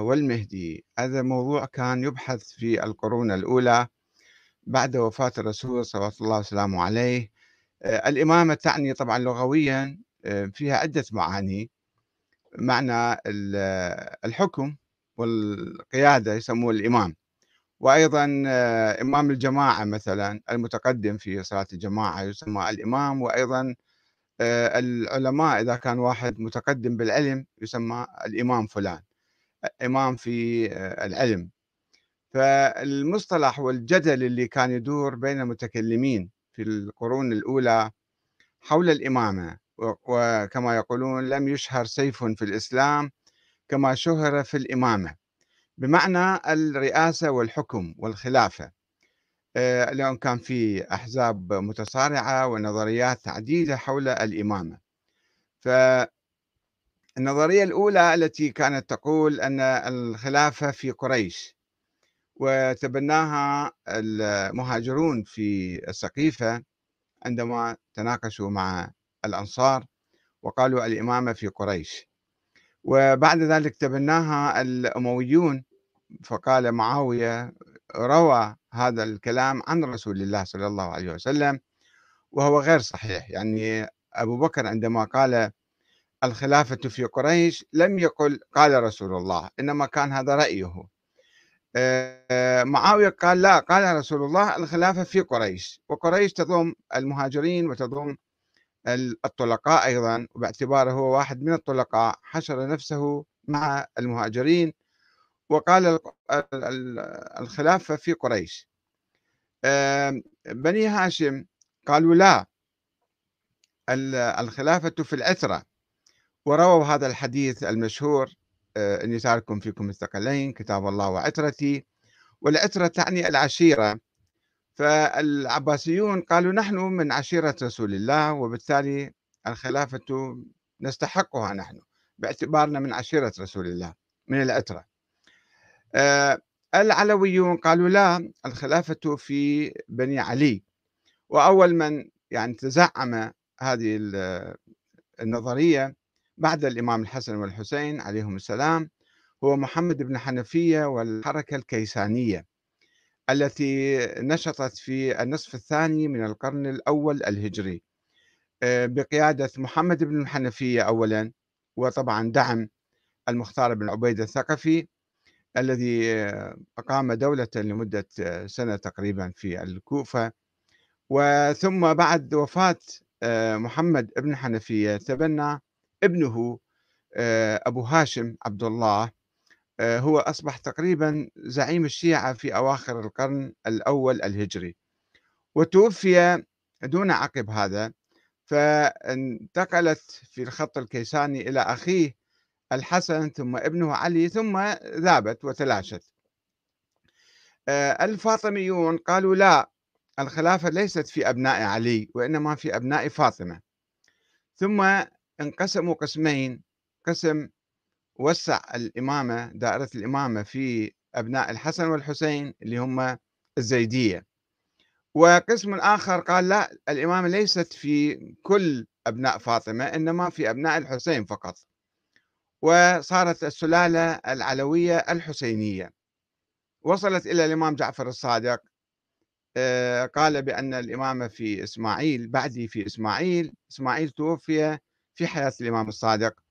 والمهدي. هذا موضوع كان يبحث في القرون الأولى بعد وفاة الرسول صلوات الله وسلامه عليه. الإمامة تعني طبعا لغويا فيها عدة معاني. معنى الحكم والقيادة يسموه الإمام، وأيضا إمام الجماعة مثلا المتقدم في صلاة الجماعة يسمى الإمام، وأيضا العلماء إذا كان واحد متقدم بالعلم يسمى الإمام فلان، إمام في العلم. فالمصطلح والجدل اللي كان يدور بين المتكلمين في القرون الأولى حول الإمامة، وكما يقولون لم يشهر سيف في الإسلام كما شهر في الإمامة، بمعنى الرئاسة والحكم والخلافة. لأن كان في أحزاب متصارعة ونظريات عديدة حول الإمامة. فالنظرية الأولى التي كانت تقول أن الخلافة في قريش، وتبناها المهاجرون في السقيفة عندما تناقشوا مع الأنصار وقالوا الإمامة في قريش. وبعد ذلك تبناها الأمويون، فقال معاوية روى هذا الكلام عن رسول الله صلى الله عليه وسلم وهو غير صحيح. يعني أبو بكر عندما قال الخلافة في قريش لم يقل قال رسول الله، إنما كان هذا رأيه. معاوية قال لا، قال رسول الله الخلافة في قريش، وقريش تضم المهاجرين وتضم الطلقاء أيضا، وباعتباره هو واحد من الطلقاء حشر نفسه مع المهاجرين وقال الخلافة في قريش. بني هاشم قالوا لا، الخلافة في العترة، ورووا هذا الحديث المشهور إني تارك فيكم الثقلين كتاب الله وعترتي، والعترة تعني العشيرة. فالعباسيون قالوا نحن من عشيرة رسول الله، وبالتالي الخلافة نستحقها نحن باعتبارنا من عشيرة رسول الله من العترة. العلويون قالوا لا، الخلافة في بني علي. وأول من يعني تزعم هذه النظرية بعد الإمام الحسن والحسين عليهم السلام هو محمد بن حنفية والحركة الكيسانية التي نشطت في النصف الثاني من القرن الأول الهجري بقيادة محمد بن الحنفية أولا، وطبعا دعم المختار بن عبيد الثقفي الذي أقام دولة لمدة سنة تقريبا في الكوفة. وثم بعد وفاة محمد بن حنفية تبنى ابنه أبو هاشم عبد الله، هو أصبح تقريبا زعيم الشيعة في أواخر القرن الأول الهجري، وتوفي دون عقب هذا، فانتقلت في الخط الكيساني إلى أخيه الحسن ثم ابنه علي، ثم ذابت وتلاشت. الفاطميون قالوا لا، الخلافة ليست في أبناء علي وإنما في أبناء فاطمة. ثم انقسموا قسمين، قسم وسع الإمامة دائرة الإمامة في أبناء الحسن والحسين اللي هم الزيدية، وقسم آخر قال لا، الإمامة ليست في كل أبناء فاطمة إنما في أبناء الحسين فقط، وصارت السلالة العلوية الحسينية. وصلت إلى الإمام جعفر الصادق، قال بأن الإمامة في إسماعيل بعدي في إسماعيل، إسماعيل توفي في حياة الإمام الصادق.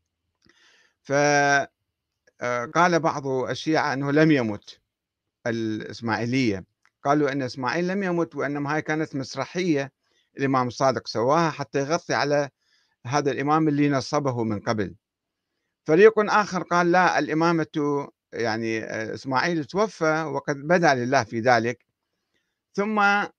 فقال بعض الشيعة أنه لم يمت الإسماعيلية، قالوا أن إسماعيل لم يمت وإنما هاي كانت مسرحية الإمام الصادق سواها حتى يغطي على هذا الإمام اللي نصبه من قبل. فريق آخر قال لا، الإمامة يعني إسماعيل توفى وقد بدا لله في ذلك، ثم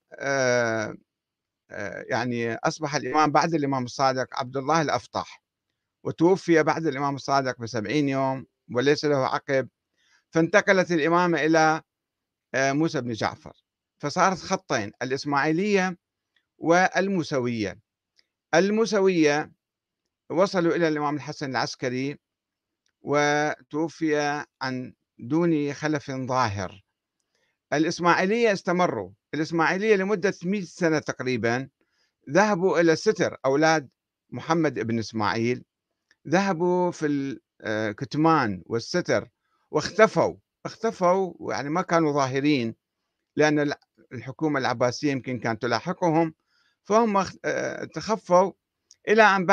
يعني أصبح الإمام بعد الإمام الصادق عبد الله الأفطح، وتوفي بعد الإمام الصادق ب70 يوم وليس له عقب، فانتقلت الإمامة إلى موسى بن جعفر، فصارت خطين، الإسماعيلية والموسوية. الموسوية وصلوا إلى الإمام الحسن العسكري وتوفي عن دون خلف ظاهر. الإسماعيلية استمروا، الإسماعيلية لمدة 100 سنة تقريبا ذهبوا إلى الستر، أولاد محمد بن إسماعيل ذهبوا في الكتمان والستر، اختفوا يعني ما كانوا ظاهرين، لأن الحكومة العباسية يمكن كانت تلاحقهم، فهم تخفوا إلى أن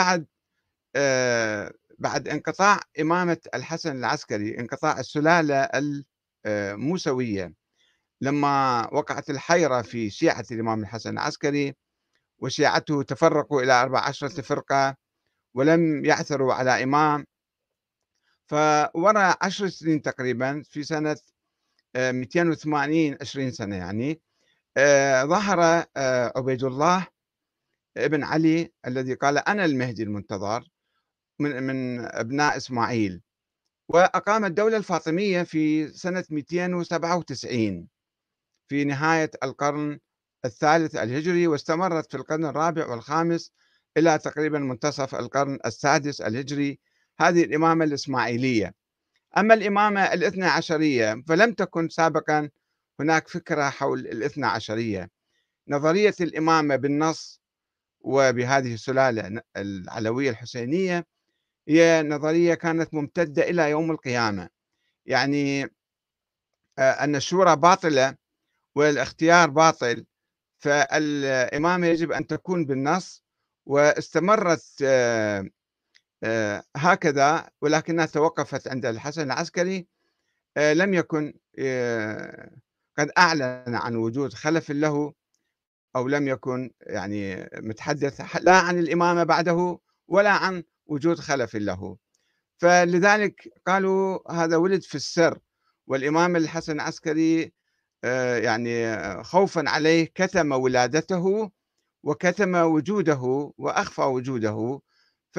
بعد انقطاع إمامة الحسن العسكري، انقطاع السلالة الموسوية، لما وقعت الحيرة في شيعة الإمام الحسن العسكري، وشيعته تفرقوا إلى 14 فرقة ولم يعثروا على إمام. فوراء 10 سنين تقريبا، في سنة 280، 20 سنة يعني، ظهر عبيد الله ابن علي الذي قال أنا المهدي المنتظر من أبناء إسماعيل، وأقام الدولة الفاطمية في سنة 297 في نهاية القرن الثالث الهجري، واستمرت في القرن الرابع والخامس إلى تقريبا منتصف القرن السادس الهجري، هذه الإمامة الإسماعيلية. أما الإمامة الاثنى عشرية فلم تكن سابقا هناك فكرة حول الاثنى عشرية. نظرية الإمامة بالنص وبهذه السلالة العلوية الحسينية هي نظرية كانت ممتدة إلى يوم القيامة، يعني أن الشورى باطلة والاختيار باطل، فالإمامة يجب أن تكون بالنص، واستمرت هكذا، ولكنها توقفت عند الحسن العسكري. لم يكن قد أعلن عن وجود خلف له، أو لم يكن يعني متحدث لا عن الإمامة بعده ولا عن وجود خلف له، فلذلك قالوا هذا ولد في السر. والإمام الحسن العسكري يعني خوفا عليه كتم ولادته وكتم وجوده وأخفى وجوده، ف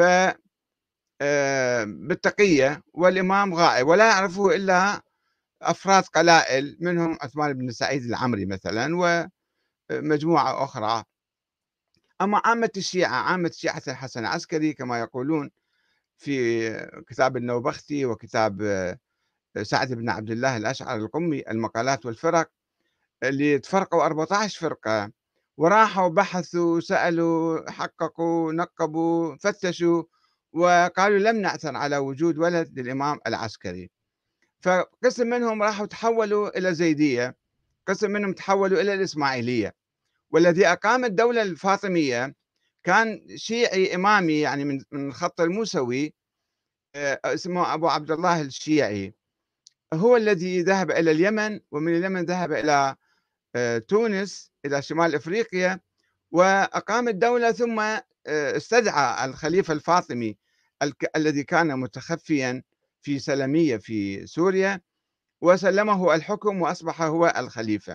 بالتقية، والإمام غائب ولا يعرفه إلا أفراد قلائل، منهم عثمان بن سعيد العمري مثلا ومجموعة أخرى. أما عامة شيعة الحسن العسكري كما يقولون في كتاب النوبختي وكتاب سعد بن عبد الله الأشعر القمي المقالات والفرق، اللي تفرقوا 14 فرقة، وراحوا بحثوا سألوا حققوا نقبوا فتشوا، وقالوا لم نعثر على وجود ولد للإمام العسكري. فقسم منهم راحوا تحولوا إلى زيدية، قسم منهم تحولوا إلى الإسماعيلية. والذي أقام الدولة الفاطمية كان شيعي إمامي، يعني من الخط الموسوي، اسمه أبو عبد الله الشيعي، هو الذي ذهب إلى اليمن، ومن اليمن ذهب إلى تونس، إلى شمال إفريقيا، وأقام الدولة، ثم استدعى الخليفة الفاطمي الذي كان متخفيا في سلمية في سوريا، وسلمه الحكم وأصبح هو الخليفة.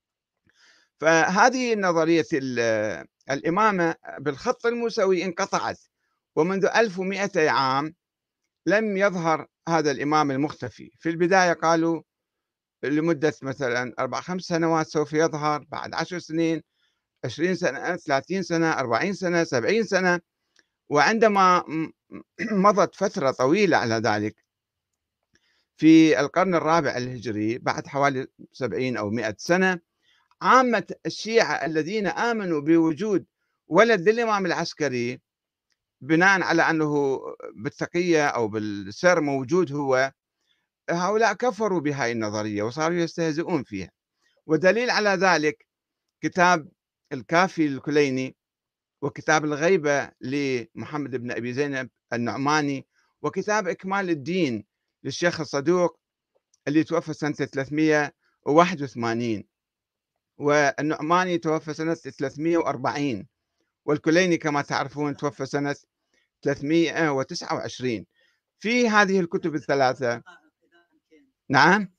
فهذه نظرية الإمامة بالخط الموسوي انقطعت، ومنذ 1200 عام لم يظهر هذا الإمام المختفي. في البداية قالوا لمدة مثلا 4 5 سنوات سوف يظهر، بعد 10 سنين، 20 سنة، 30 سنة، 40 سنة، 70 سنة، وعندما مضت فترة طويلة على ذلك، في القرن الرابع الهجري بعد حوالي 70 أو 100 سنة، عامة الشيعة الذين آمنوا بوجود ولد للإمام العسكري بناء على أنه بالتقية أو بالسر موجود هو، هؤلاء كفروا بهذه النظرية وصاروا يستهزئون فيها. ودليل على ذلك كتاب الكافي الكليني، وكتاب الغيبة لمحمد بن أبي زينب النعماني، وكتاب إكمال الدين للشيخ الصدوق اللي توفى سنة 381، والنعماني توفى سنة 340، والكليني كما تعرفون توفى سنة 329. في هذه الكتب الثلاثة. نعم.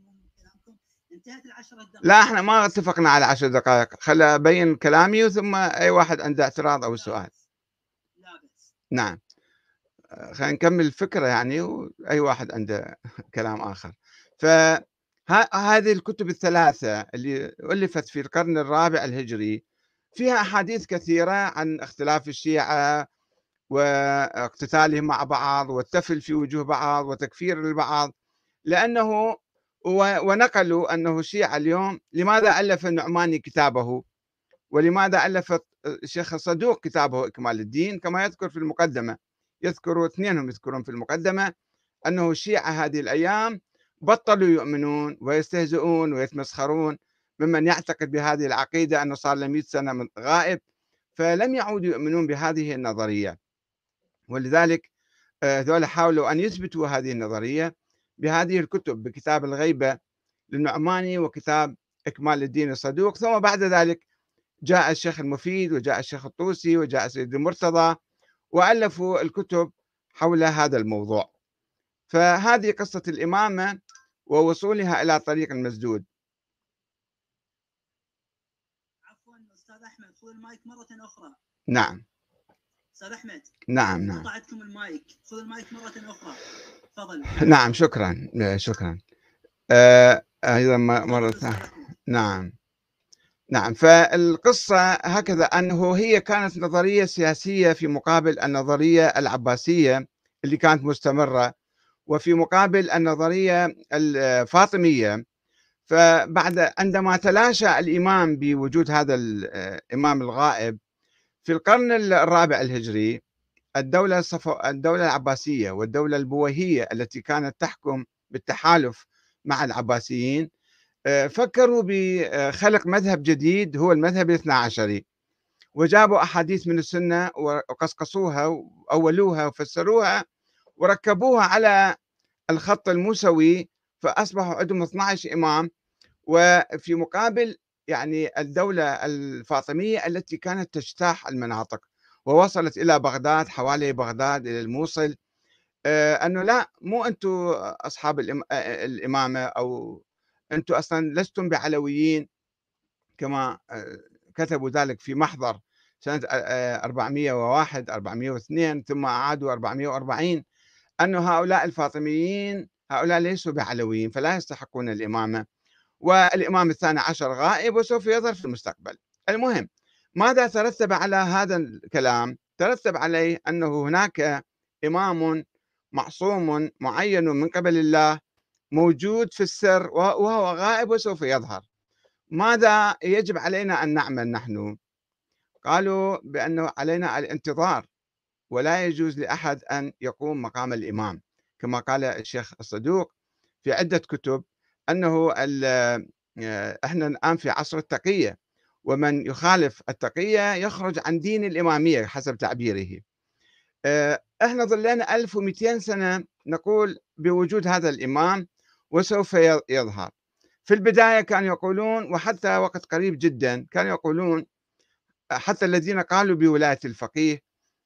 لا، احنا ما اتفقنا على 10 دقائق، خل أبين كلامي ثم أي واحد عنده اعتراض أو سؤال. نعم، خلينا نكمل الفكرة يعني، وأي واحد عنده كلام آخر. فهذه الكتب الثلاثة اللي ألفت في القرن الرابع الهجري فيها أحاديث كثيرة عن اختلاف الشيعة واقتتالهم مع بعض والتفل في وجوه بعض وتكفير البعض، لأنه ونقلوا أنه الشيعة اليوم، لماذا ألف النعماني كتابه، ولماذا ألف الشيخ الصدوق كتابه إكمال الدين، كما يذكر في المقدمة، يذكروا اثنينهم يذكرون في المقدمة أنه الشيعة هذه الأيام بطلوا يؤمنون ويستهزئون ويتمسخرون ممن يعتقد بهذه العقيدة أنه صار له 100 سنة غائب، فلم يعودوا يؤمنون بهذه النظرية. ولذلك هذول حاولوا أن يثبتوا هذه النظرية بهذه الكتب، بكتاب الغيبة للنعماني وكتاب إكمال الدين الصدوق. ثم بعد ذلك جاء الشيخ المفيد وجاء الشيخ الطوسي وجاء سيد المرتضى وألفوا الكتب حول هذا الموضوع. فهذه قصة الإمامة ووصولها إلى طريق المسدود. عفوا أستاذ أحمد، خذ المايك مرة أخرى. نعم أستاذ أحمد. نعم قطعتكم المايك، خذ المايك مرة أخرى. تفضل. نعم شكرا. أيضا مرة ثانية. نعم فالقصة هكذا، أنه هي كانت نظرية سياسية في مقابل النظرية العباسية اللي كانت مستمرة، وفي مقابل النظرية الفاطمية. فبعد عندما تلاشى الإمام بوجود هذا الإمام الغائب في القرن الرابع الهجري، الدولة العباسية والدولة البويهية التي كانت تحكم بالتحالف مع العباسيين فكروا بخلق مذهب جديد هو المذهب الاثنى عشري، وجابوا أحاديث من السنة وقصقصوها وأولوها وفسروها وركبوها على الخط الموسوي، فأصبحوا عندهم 12 إمام. وفي مقابل يعني الدولة الفاطمية التي كانت تجتاح المناطق ووصلت إلى بغداد، حوالي بغداد إلى الموصل، أنه لا، مو أنتم أصحاب الإمامة، أو أنتم أصلا لستم بعلويين، كما كتبوا ذلك في محضر سنة 401 402، ثم أعادوا 440 أن هؤلاء الفاطميين هؤلاء ليسوا بعلويين فلا يستحقون الإمامة، والإمام الثاني عشر غائب وسوف يظهر في المستقبل. المهم، ماذا ترتب على هذا الكلام؟ ترتب عليه أنه هناك إمام معصوم معين من قبل الله موجود في السر وهو غائب وسوف يظهر. ماذا يجب علينا أن نعمل نحن؟ قالوا بأنه علينا الانتظار، ولا يجوز لأحد أن يقوم مقام الإمام، كما قال الشيخ الصدوق في عدة كتب أنه احنا الآن في عصر التقية، ومن يخالف التقية يخرج عن دين الإمامية حسب تعبيره. احنا ظلنا 1200 سنة نقول بوجود هذا الإمام وسوف يظهر. في البداية كانوا يقولون، وحتى وقت قريب جدا كانوا يقولون، حتى الذين قالوا بولاية الفقيه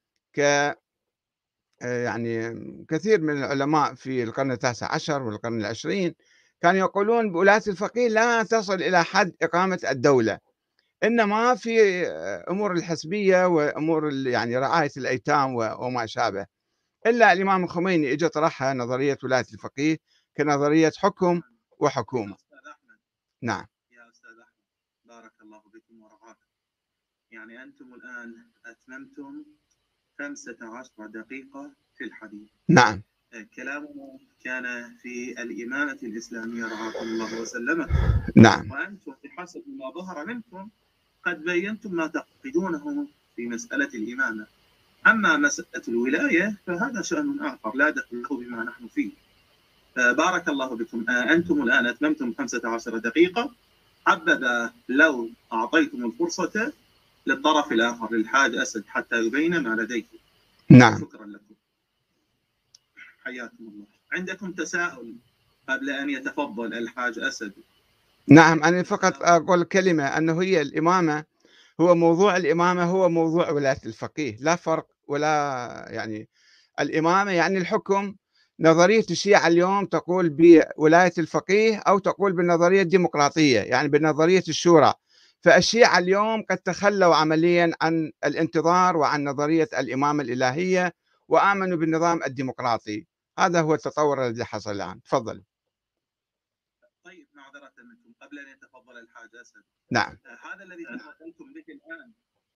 يعني كثير من العلماء في القرن التاسع عشر والقرن العشرين كانوا يقولون بولاية الفقيه لا تصل إلى حد إقامة الدولة، إنما في أمور الحسبية وأمور يعني رعاية الأيتام وما شابه. إلا الإمام الخميني إجا طرحها نظرية ولاية الفقيه كنظرية حكم وحكومة. نعم. يا أستاذ أحمد، بارك الله بكم ورعاكم. يعني أنتم الآن أتممتم 15 دقيقة في الحديث. نعم. كلامنا كان في الإمامة الإسلامية رعاكم الله وسلمكم. نعم. وأنتم بحسب ما ظهر منكم قد بينتم ما تعتقدونه في مسألة الإمامة. أما مسألة الولاية فهذا شأن آخر لا دخل له بما نحن فيه. بارك الله بكم. أنتم الآن أتممتم 15 دقيقة. حبذا لو أعطيتم الفرصة للطرف الآخر للحاج أسد حتى يبين ما لديه. نعم. شكرا لكم، حياكم الله. عندكم تساؤل قبل أن يتفضل الحاج أسد؟ نعم، أنا فقط أقول كلمة، أنه هي الإمامة، هو موضوع الإمامة هو موضوع ولاية الفقيه، لا فرق ولا يعني. الإمامة يعني الحكم. نظرية الشيعة اليوم تقول بولاية الفقيه أو تقول بالنظرية الديمقراطية، يعني بنظرية الشورى. فالشيعة اليوم قد تخلوا عمليا عن الانتظار وعن نظرية الإمامة الإلهية وآمنوا بالنظام الديمقراطي. هذا هو التطور الذي حصل الآن. تفضل. طيب، معذرة منكم قبل أن يتفضل الحاج أسد. نعم. هذا الذي تفضلتم به الآن